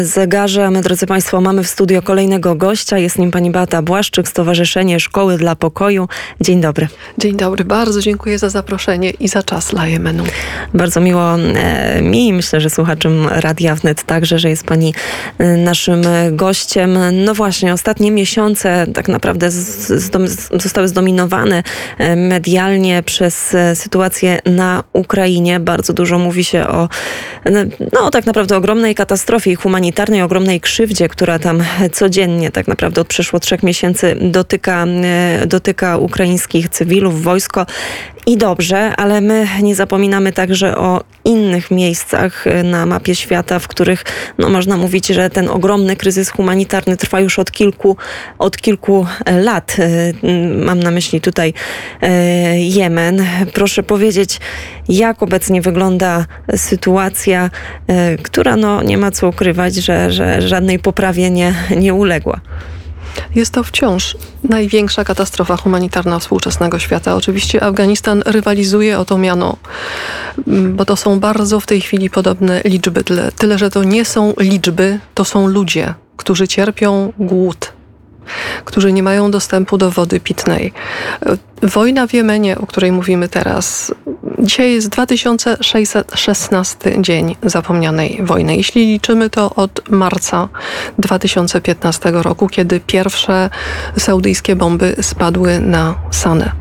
zegarze, a my, drodzy Państwo, mamy w studio kolejnego gościa. Jest nim pani Beata Błaszczyk, Stowarzyszenie Szkoły dla Pokoju. Dzień dobry. Dzień dobry, bardzo dziękuję za zaproszenie i za czas dla Jemenu. Bardzo miło mi i myślę, że słuchaczom Radia Wnet także, że jest pani naszym gościem. No właśnie, ostatnie miesiące tak naprawdę zostały zdominowane medialnie przez sytuację na Ukrainie. Bardzo dużo mówi się o tak naprawdę ogromnej katastrofie humanitarnej, ogromnej krzywdzie, która tam codziennie tak naprawdę od przeszło 3 miesięcy dotyka ukraińskich cywilów, wojsko. I dobrze, ale my nie zapominamy także o innych miejscach na mapie świata, w których można mówić, że ten ogromny kryzys humanitarny trwa już od kilku lat. Mam na myśli tutaj Jemen. Proszę powiedzieć, jak obecnie wygląda sytuacja, która nie ma co ukrywać, że żadnej poprawie nie uległa. Jest to wciąż największa katastrofa humanitarna współczesnego świata. Oczywiście Afganistan rywalizuje o to miano, bo to są bardzo w tej chwili podobne liczby. Tyle, że to nie są liczby, to są ludzie, którzy cierpią głód, którzy nie mają dostępu do wody pitnej. Wojna w Jemenie, o której mówimy teraz, dzisiaj jest 2616 dzień zapomnianej wojny. Jeśli liczymy to od marca 2015 roku, kiedy pierwsze saudyjskie bomby spadły na Sanę.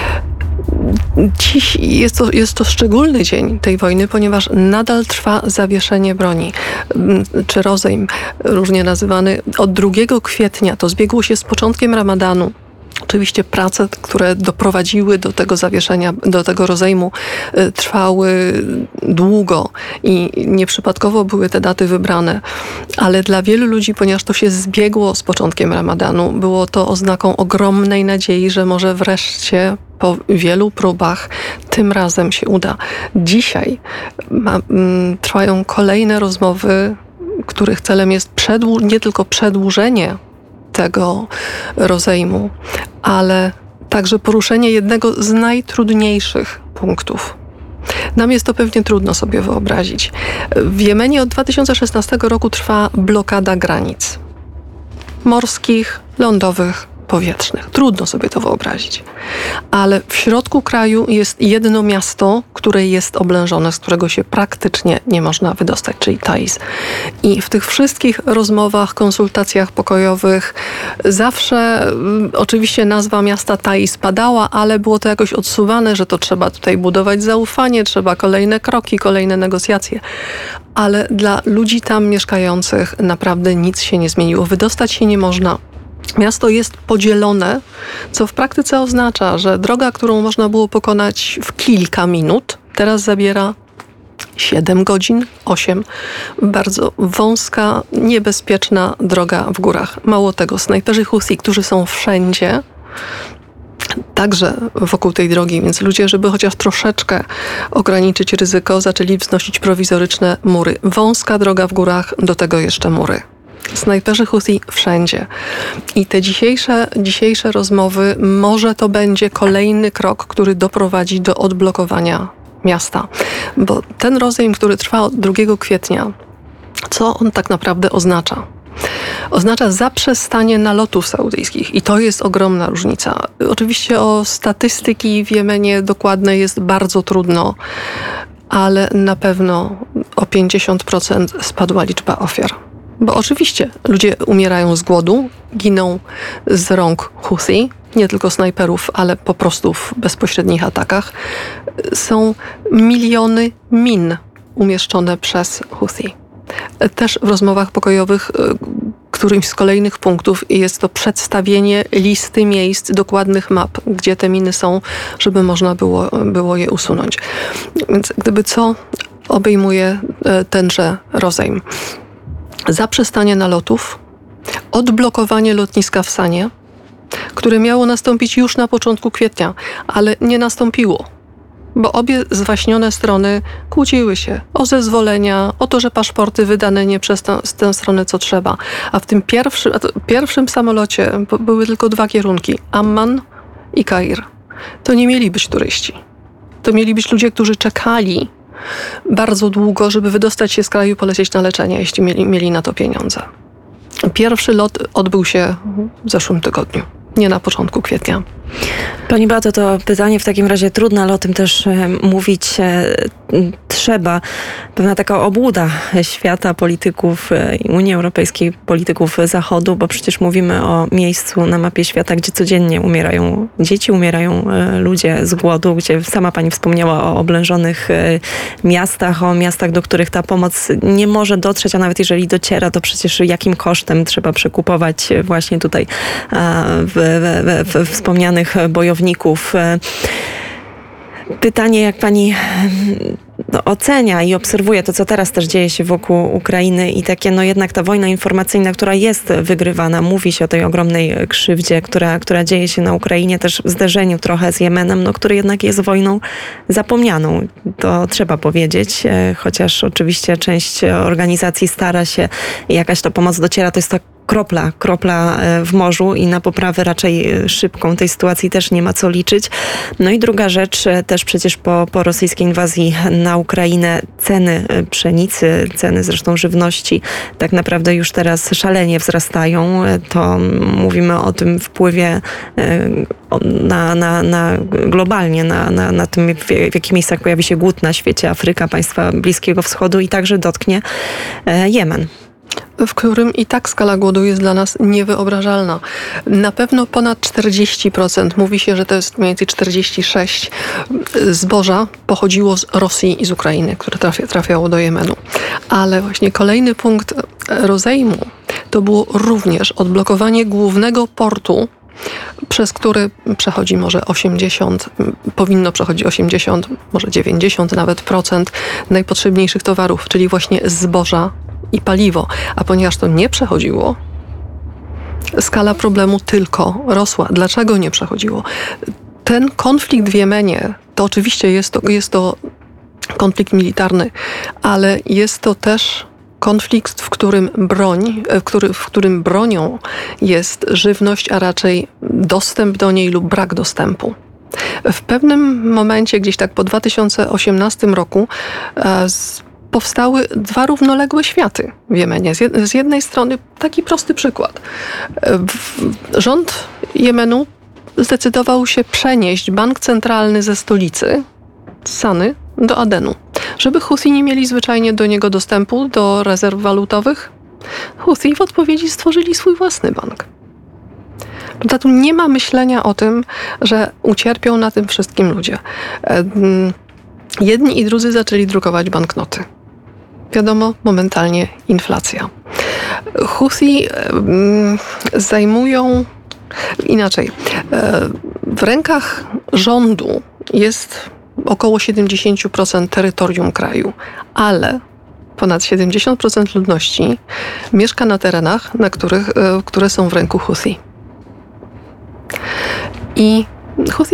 Dziś jest to szczególny dzień tej wojny, ponieważ nadal trwa zawieszenie broni, czy rozejm, różnie nazywany, od 2 kwietnia. To zbiegło się z początkiem Ramadanu. Oczywiście prace, które doprowadziły do tego zawieszenia, do tego rozejmu, trwały długo i nieprzypadkowo były te daty wybrane. Ale dla wielu ludzi, ponieważ to się zbiegło z początkiem Ramadanu, było to oznaką ogromnej nadziei, że może wreszcie po wielu próbach tym razem się uda. Dzisiaj trwają kolejne rozmowy, których celem jest nie tylko przedłużenie tego rozejmu, ale także poruszenie jednego z najtrudniejszych punktów. Nam jest to pewnie trudno sobie wyobrazić. W Jemenie od 2016 roku trwa blokada granic morskich, lądowych, powietrznych. Trudno sobie to wyobrazić. Ale w środku kraju jest jedno miasto, które jest oblężone, z którego się praktycznie nie można wydostać, czyli Taiz. I w tych wszystkich rozmowach, konsultacjach pokojowych zawsze oczywiście nazwa miasta Taiz padała, ale było to jakoś odsuwane, że to trzeba tutaj budować zaufanie, trzeba kolejne kroki, kolejne negocjacje. Ale dla ludzi tam mieszkających naprawdę nic się nie zmieniło. Wydostać się nie można. Miasto jest podzielone, co w praktyce oznacza, że droga, którą można było pokonać w kilka minut, teraz zabiera 7 godzin, 8. Bardzo wąska, niebezpieczna droga w górach. Mało tego, snajperzy Husi, którzy są wszędzie, także wokół tej drogi, więc ludzie, żeby chociaż troszeczkę ograniczyć ryzyko, zaczęli wznosić prowizoryczne mury. Wąska droga w górach, do tego jeszcze mury. Snajperzy Husi wszędzie. I te dzisiejsze rozmowy, może to będzie kolejny krok, który doprowadzi do odblokowania miasta. Bo ten rozejm, który trwa od 2 kwietnia, co on tak naprawdę oznacza? Oznacza zaprzestanie nalotów saudyjskich i to jest ogromna różnica. Oczywiście o statystyki w Jemenie dokładne jest bardzo trudno, ale na pewno o 50% spadła liczba ofiar. Bo oczywiście ludzie umierają z głodu, giną z rąk Husi, nie tylko snajperów, ale po prostu w bezpośrednich atakach. Są miliony min umieszczone przez Husi. Też w rozmowach pokojowych którymś z kolejnych punktów jest to przedstawienie listy miejsc, dokładnych map, gdzie te miny są, żeby można było je usunąć. Więc gdyby co obejmuje tenże rozejm? Zaprzestanie nalotów, odblokowanie lotniska w Sanie, które miało nastąpić już na początku kwietnia, ale nie nastąpiło, bo obie zwaśnione strony kłóciły się o zezwolenia, o to, że paszporty wydane nie przez tę stronę co trzeba. A w tym pierwszym samolocie były tylko 2 kierunki, Amman i Kair. To nie mieli być turyści. To mieli być ludzie, którzy czekali bardzo długo, żeby wydostać się z kraju, polecieć na leczenie, jeśli mieli na to pieniądze. Pierwszy lot odbył się w zeszłym tygodniu, nie na początku kwietnia. Pani Beato, to pytanie w takim razie trudne, ale o tym też mówić trzeba. Pewna taka obłuda świata, polityków Unii Europejskiej, polityków Zachodu, bo przecież mówimy o miejscu na mapie świata, gdzie codziennie umierają dzieci, umierają ludzie z głodu, gdzie sama pani wspomniała o oblężonych miastach, o miastach, do których ta pomoc nie może dotrzeć, a nawet jeżeli dociera, to przecież jakim kosztem trzeba przekupować właśnie tutaj w wspomnianych bojowników. Pytanie, jak pani ocenia i obserwuje to, co teraz też dzieje się wokół Ukrainy i takie, jednak ta wojna informacyjna, która jest wygrywana, mówi się o tej ogromnej krzywdzie, która dzieje się na Ukrainie, też w zderzeniu trochę z Jemenem, który jednak jest wojną zapomnianą. To trzeba powiedzieć, chociaż oczywiście część organizacji stara się i jakaś to pomoc dociera, to jest to kropla w morzu i na poprawę raczej szybką tej sytuacji też nie ma co liczyć. No i druga rzecz, też przecież po rosyjskiej inwazji na Ukrainę ceny pszenicy, ceny zresztą żywności tak naprawdę już teraz szalenie wzrastają. To mówimy o tym wpływie globalnie na tym, w jakich miejscach pojawi się głód na świecie, Afryka, państwa Bliskiego Wschodu i także dotknie Jemen, w którym i tak skala głodu jest dla nas niewyobrażalna. Na pewno ponad 40%, mówi się, że to jest mniej więcej 46% zboża pochodziło z Rosji i z Ukrainy, które trafiało do Jemenu. Ale właśnie kolejny punkt rozejmu to było również odblokowanie głównego portu, przez który przechodzi może 80, powinno przechodzić 80, może 90 nawet procent najpotrzebniejszych towarów, czyli właśnie zboża i paliwo. A ponieważ to nie przechodziło, skala problemu tylko rosła. Dlaczego nie przechodziło? Ten konflikt w Jemenie, to oczywiście jest to konflikt militarny, ale jest to też konflikt, w którym bronią jest żywność, a raczej dostęp do niej lub brak dostępu. W pewnym momencie, gdzieś tak po 2018 roku, powstały dwa równoległe światy w Jemenie. Z jednej strony taki prosty przykład. Rząd Jemenu zdecydował się przenieść bank centralny ze stolicy, Sany, do Adenu. Żeby Husi nie mieli zwyczajnie do niego dostępu, do rezerw walutowych, Husi w odpowiedzi stworzyli swój własny bank. Tu nie ma myślenia o tym, że ucierpią na tym wszystkim ludzie. Jedni i drudzy zaczęli drukować banknoty. Wiadomo, momentalnie inflacja. Husi zajmują inaczej. W rękach rządu jest około 70% terytorium kraju, ale ponad 70% ludności mieszka na terenach, które są w ręku Husi. I Husi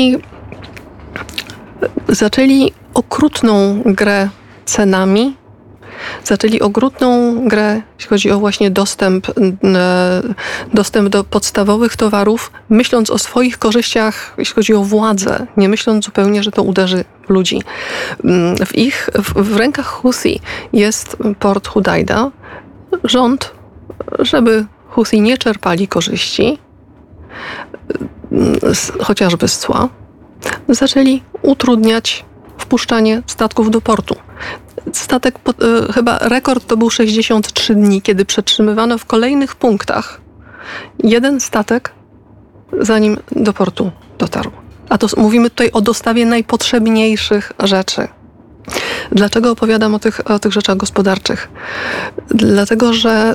zaczęli okrutną grę cenami, zaczęli okrutną grę, jeśli chodzi o właśnie dostęp do podstawowych towarów, myśląc o swoich korzyściach, jeśli chodzi o władzę, nie myśląc zupełnie, że to uderzy w ludzi. W rękach Husi jest port Hudajda. Rząd, żeby Husi nie czerpali korzyści, chociażby z cła, zaczęli utrudniać wpuszczanie statków do portu. Statek, chyba rekord to był 63 dni, kiedy przetrzymywano w kolejnych punktach jeden statek, zanim do portu dotarł. A to mówimy tutaj o dostawie najpotrzebniejszych rzeczy. Dlaczego opowiadam o tych rzeczach gospodarczych? Dlatego, że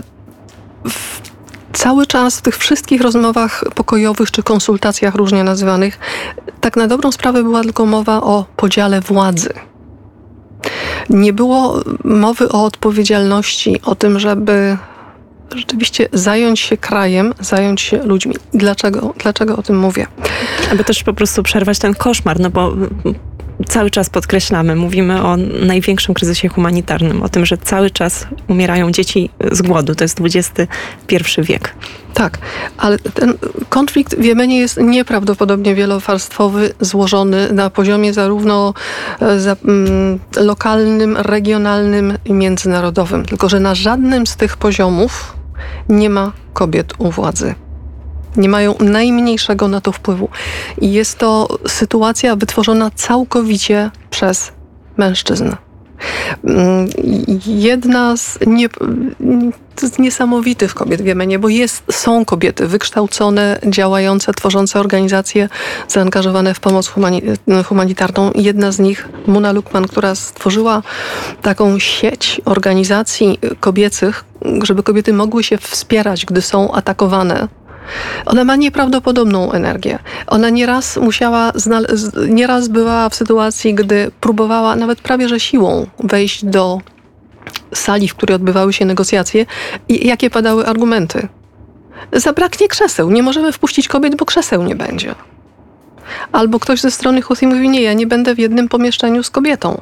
cały czas w tych wszystkich rozmowach pokojowych czy konsultacjach różnie nazywanych, tak na dobrą sprawę była tylko mowa o podziale władzy. Nie było mowy o odpowiedzialności, o tym, żeby rzeczywiście zająć się krajem, zająć się ludźmi. Dlaczego o tym mówię? Aby też po prostu przerwać ten koszmar, bo cały czas podkreślamy, mówimy o największym kryzysie humanitarnym, o tym, że cały czas umierają dzieci z głodu. To jest XXI wiek. Tak, ale ten konflikt w Jemenie jest nieprawdopodobnie wielowarstwowy, złożony na poziomie zarówno lokalnym, regionalnym i międzynarodowym. Tylko że na żadnym z tych poziomów nie ma kobiet u władzy. Nie mają najmniejszego na to wpływu. I jest to sytuacja wytworzona całkowicie przez mężczyzn. Jedna z niesamowitych kobiet w Jemenie, bo są kobiety wykształcone, działające, tworzące organizacje, zaangażowane w pomoc humanitarną. Jedna z nich, Muna Lukman, która stworzyła taką sieć organizacji kobiecych, żeby kobiety mogły się wspierać, gdy są atakowane. Ona ma nieprawdopodobną energię. Ona nieraz była w sytuacji, gdy próbowała nawet prawie że siłą wejść do sali, w której odbywały się negocjacje i jakie padały argumenty. Zabraknie krzeseł. Nie możemy wpuścić kobiet, bo krzeseł nie będzie. Albo ktoś ze strony Huthi mówi, nie, ja nie będę w jednym pomieszczeniu z kobietą.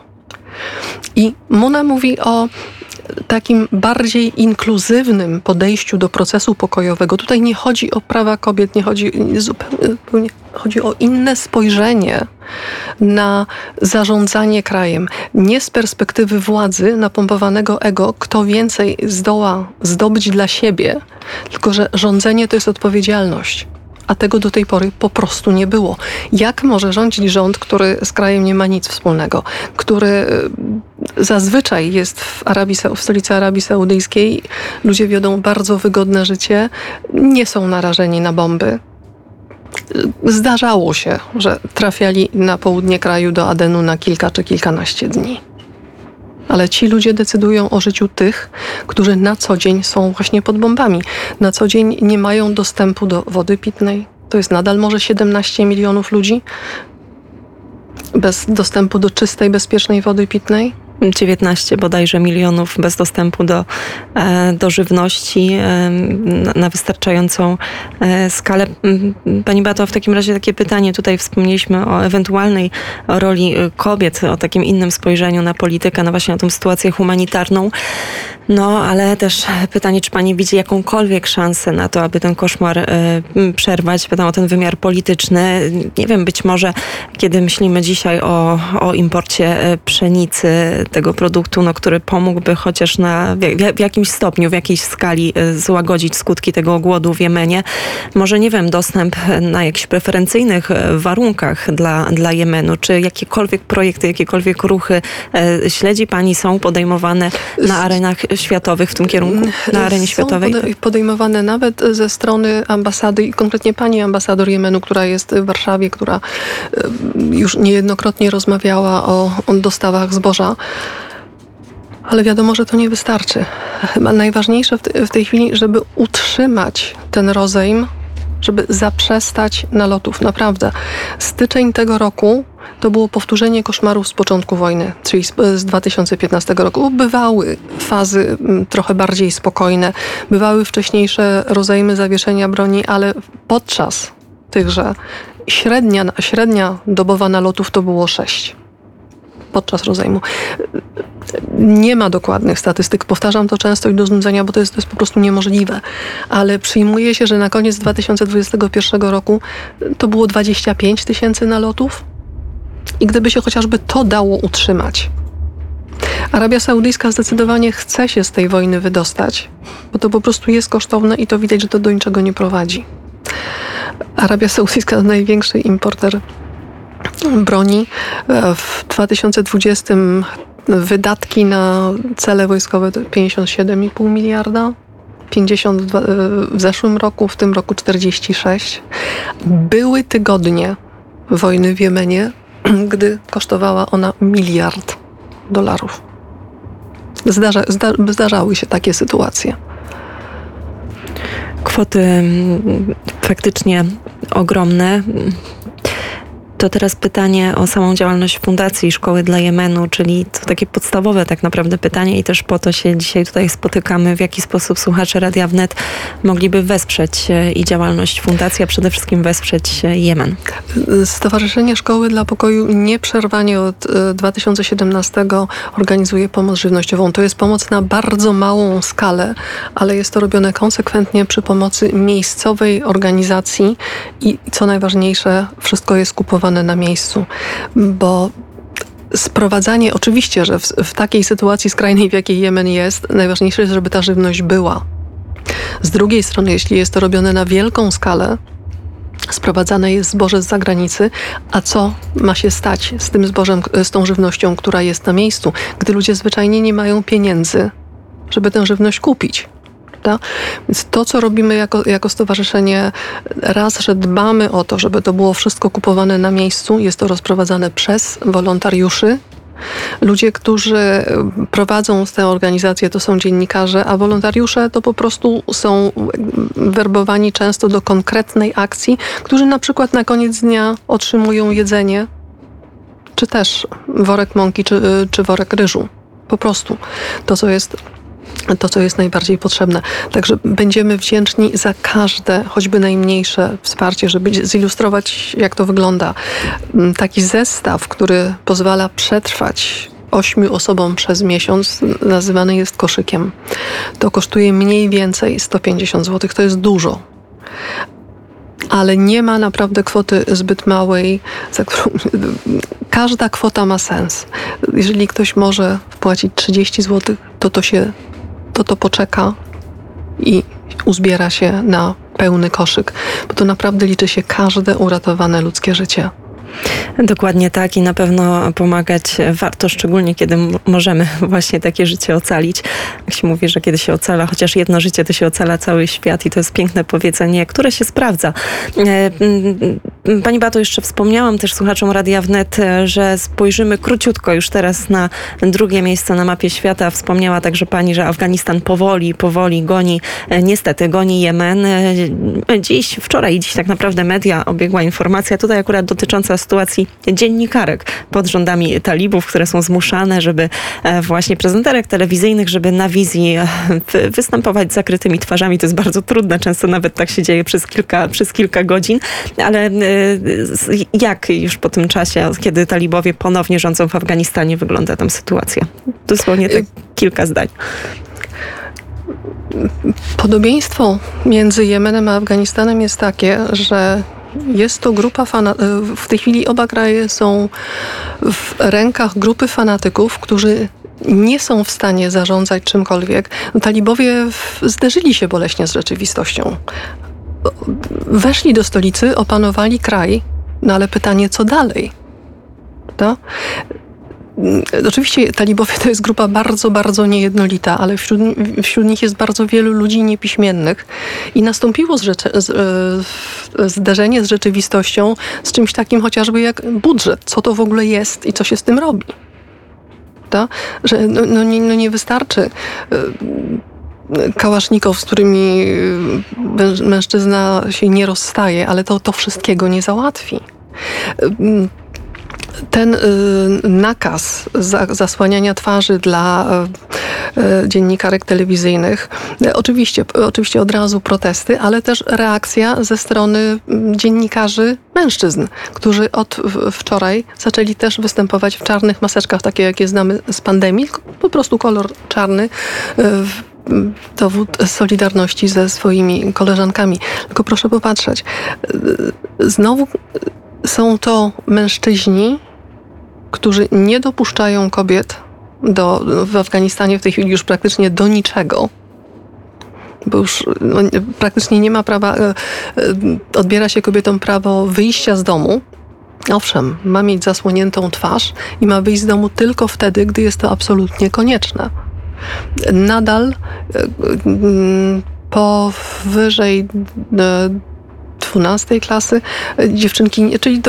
I Muna mówi o takim bardziej inkluzywnym podejściu do procesu pokojowego. Tutaj nie chodzi o prawa kobiet, chodzi o inne spojrzenie na zarządzanie krajem. Nie z perspektywy władzy, napompowanego ego, kto więcej zdoła zdobyć dla siebie, tylko że rządzenie to jest odpowiedzialność. A tego do tej pory po prostu nie było. Jak może rządzić rząd, który z krajem nie ma nic wspólnego, który zazwyczaj jest w stolicy Arabii Saudyjskiej, ludzie wiodą bardzo wygodne życie, nie są narażeni na bomby. Zdarzało się, że trafiali na południe kraju do Adenu na kilka czy kilkanaście dni. Ale ci ludzie decydują o życiu tych, którzy na co dzień są właśnie pod bombami. Na co dzień nie mają dostępu do wody pitnej. To jest nadal może 17 milionów ludzi bez dostępu do czystej, bezpiecznej wody pitnej. 19 bodajże milionów bez dostępu do żywności na wystarczającą skalę. Pani Beato, w takim razie takie pytanie. Tutaj wspomnieliśmy o ewentualnej roli kobiet, o takim innym spojrzeniu na politykę, na właśnie na tą sytuację humanitarną. No, ale też pytanie, czy pani widzi jakąkolwiek szansę na to, aby ten koszmar przerwać? Pytam o ten wymiar polityczny. Nie wiem, być może kiedy myślimy dzisiaj o imporcie pszenicy, tego produktu, który pomógłby chociaż w jakimś stopniu, w jakiejś skali złagodzić skutki tego głodu w Jemenie. Może, nie wiem, dostęp na jakichś preferencyjnych warunkach dla Jemenu. Czy jakiekolwiek projekty, jakiekolwiek ruchy śledzi pani, są podejmowane na arenach światowych w tym kierunku, na arenie światowej? Są podejmowane nawet ze strony ambasady i konkretnie pani ambasador Jemenu, która jest w Warszawie, która już niejednokrotnie rozmawiała o dostawach zboża. Ale wiadomo, że to nie wystarczy. Chyba najważniejsze w tej chwili, żeby utrzymać ten rozejm, żeby zaprzestać nalotów. Naprawdę. Styczeń tego roku to było powtórzenie koszmarów z początku wojny, czyli z 2015 roku. Bywały fazy trochę bardziej spokojne, bywały wcześniejsze rozejmy zawieszenia broni, ale podczas tychże średnia dobowa nalotów to było 6. Podczas rozejmu. Nie ma dokładnych statystyk. Powtarzam to często i do znudzenia, bo to jest po prostu niemożliwe. Ale przyjmuje się, że na koniec 2021 roku to było 25 000 nalotów. I gdyby się chociażby to dało utrzymać. Arabia Saudyjska zdecydowanie chce się z tej wojny wydostać, bo to po prostu jest kosztowne i to widać, że to do niczego nie prowadzi. Arabia Saudyjska to największy importer broni. W 2020 wydatki na cele wojskowe to 57,5 miliarda, 50 w zeszłym roku, w tym roku 46. Były tygodnie wojny w Jemenie, gdy kosztowała ona $1 miliard. Zdarzały się takie sytuacje. Kwoty faktycznie ogromne. To teraz pytanie o samą działalność Fundacji Szkoły dla Jemenu, czyli to takie podstawowe tak naprawdę pytanie i też po to się dzisiaj tutaj spotykamy. W jaki sposób słuchacze Radia Wnet mogliby wesprzeć i działalność Fundacji, a przede wszystkim wesprzeć Jemen? Stowarzyszenie Szkoły dla Pokoju nieprzerwanie od 2017 organizuje pomoc żywnościową. To jest pomoc na bardzo małą skalę, ale jest to robione konsekwentnie przy pomocy miejscowej organizacji i co najważniejsze, wszystko jest kupowane na miejscu, bo sprowadzanie, oczywiście, że w takiej sytuacji skrajnej, w jakiej Jemen jest, najważniejsze jest, żeby ta żywność była. Z drugiej strony, jeśli jest to robione na wielką skalę, sprowadzane jest zboże z zagranicy, a co ma się stać z tym zbożem, z tą żywnością, która jest na miejscu, gdy ludzie zwyczajnie nie mają pieniędzy, żeby tę żywność kupić. Prawda? Więc to, co robimy jako stowarzyszenie, raz, że dbamy o to, żeby to było wszystko kupowane na miejscu, jest to rozprowadzane przez wolontariuszy. Ludzie, którzy prowadzą tę organizację, to są dziennikarze, a wolontariusze to po prostu są werbowani często do konkretnej akcji, którzy na przykład na koniec dnia otrzymują jedzenie, czy też worek mąki, czy worek ryżu. Po prostu to, co jest najbardziej potrzebne. Także będziemy wdzięczni za każde, choćby najmniejsze wsparcie, żeby zilustrować, jak to wygląda. Taki zestaw, który pozwala przetrwać 8 osobom przez miesiąc, nazywany jest koszykiem. To kosztuje mniej więcej 150 zł. To jest dużo. Ale nie ma naprawdę kwoty zbyt małej, za którą każda kwota ma sens. Jeżeli ktoś może wpłacić 30 zł, to poczeka i uzbiera się na pełny koszyk, bo to naprawdę liczy się każde uratowane ludzkie życie. Dokładnie tak i na pewno pomagać warto, szczególnie kiedy możemy właśnie takie życie ocalić. Jak się mówi, że kiedy się ocala chociaż jedno życie, to się ocala cały świat i to jest piękne powiedzenie, które się sprawdza. Pani Beato, jeszcze wspomniałam też słuchaczom Radia Wnet, że spojrzymy króciutko już teraz na drugie miejsce na mapie świata. Wspomniała także pani, że Afganistan powoli goni Jemen. Wczoraj i dziś tak naprawdę media obiegła informacja tutaj akurat dotycząca sytuacji dziennikarek pod rządami talibów, które są zmuszane, żeby właśnie prezenterek telewizyjnych, żeby na wizji występować z zakrytymi twarzami. To jest bardzo trudne, często nawet tak się dzieje przez kilka godzin, ale jak już po tym czasie, kiedy talibowie ponownie rządzą w Afganistanie, wygląda tam sytuacja? Dosłownie tak kilka zdań. Podobieństwo między Jemenem a Afganistanem jest takie, że jest to grupa w tej chwili oba kraje są w rękach grupy fanatyków, którzy nie są w stanie zarządzać czymkolwiek. Talibowie zderzyli się boleśnie z rzeczywistością. Weszli do stolicy, opanowali kraj, no ale pytanie, co dalej? To? Oczywiście talibowie to jest grupa bardzo, bardzo niejednolita, ale wśród nich jest bardzo wielu ludzi niepiśmiennych i nastąpiło zderzenie z rzeczywistością, z czymś takim chociażby jak budżet, co to w ogóle jest i co się z tym robi. To? Że nie wystarczy kałasznikow, z którymi mężczyzna się nie rozstaje, ale to wszystkiego nie załatwi. Ten nakaz zasłaniania twarzy dla dziennikarek telewizyjnych, oczywiście od razu protesty, ale też reakcja ze strony dziennikarzy mężczyzn, którzy od wczoraj zaczęli też występować w czarnych maseczkach, takie jakie znamy z pandemii, po prostu kolor czarny, dowód solidarności ze swoimi koleżankami. Tylko proszę popatrzeć, znowu są to mężczyźni, którzy nie dopuszczają kobiet w Afganistanie w tej chwili już praktycznie do niczego, bo już praktycznie nie ma prawa, odbiera się kobietom prawo wyjścia z domu. Owszem, ma mieć zasłoniętą twarz i ma wyjść z domu tylko wtedy, gdy jest to absolutnie konieczne. Nadal powyżej 12 klasy dziewczynki, czyli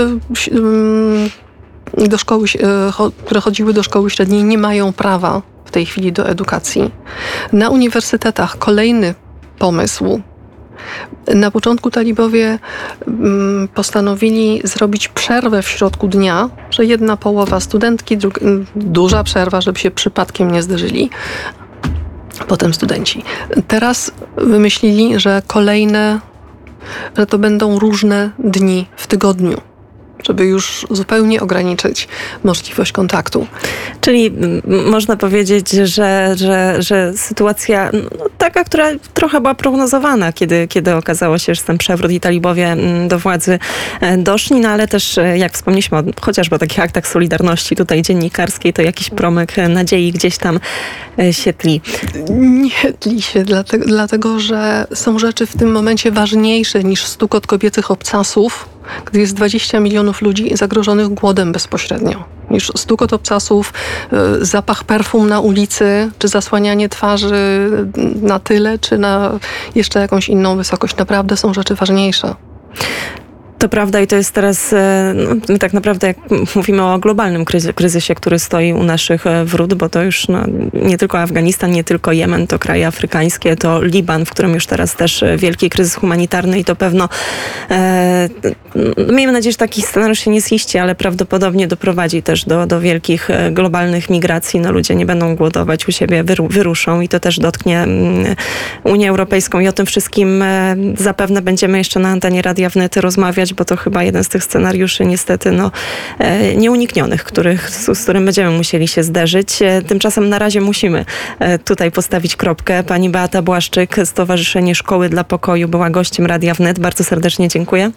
do szkoły, które chodziły do szkoły średniej, nie mają prawa w tej chwili do edukacji. Na uniwersytetach kolejny pomysł. Na początku talibowie postanowili zrobić przerwę w środku dnia, że jedna połowa studentki, duża przerwa, żeby się przypadkiem nie zderzyli. Potem studenci. Teraz wymyślili, że to będą różne dni w tygodniu, żeby już zupełnie ograniczyć możliwość kontaktu. Czyli można powiedzieć, że sytuacja taka, która trochę była prognozowana, kiedy okazało się, że ten przewrót i talibowie do władzy doszli, no ale też jak wspomnieliśmy chociażby o takich aktach solidarności tutaj dziennikarskiej, to jakiś promyk nadziei gdzieś tam się tli. Nie tli się, dlatego że są rzeczy w tym momencie ważniejsze niż stukot kobiecych obcasów, gdy jest 20 milionów ludzi zagrożonych głodem bezpośrednio, niż stukot obcasów, zapach perfum na ulicy, czy zasłanianie twarzy na tyle, czy na jeszcze jakąś inną wysokość. Naprawdę są rzeczy ważniejsze. To prawda i to jest teraz tak naprawdę, jak mówimy o globalnym kryzysie, który stoi u naszych wrót, bo to już nie tylko Afganistan, nie tylko Jemen, to kraje afrykańskie, to Liban, w którym już teraz też wielki kryzys humanitarny i to pewno miejmy nadzieję, że taki scenariusz się nie ziści, ale prawdopodobnie doprowadzi też do wielkich globalnych migracji. No, ludzie nie będą głodować u siebie, wyruszą i to też dotknie Unię Europejską i o tym wszystkim zapewne będziemy jeszcze na antenie Radia Wnet rozmawiać, bo to chyba jeden z tych scenariuszy niestety nieuniknionych, z którym będziemy musieli się zderzyć. Tymczasem na razie musimy tutaj postawić kropkę. Pani Beata Błaszczyk, Stowarzyszenie Szkoły dla Pokoju była gościem Radia Wnet. Bardzo serdecznie dziękuję.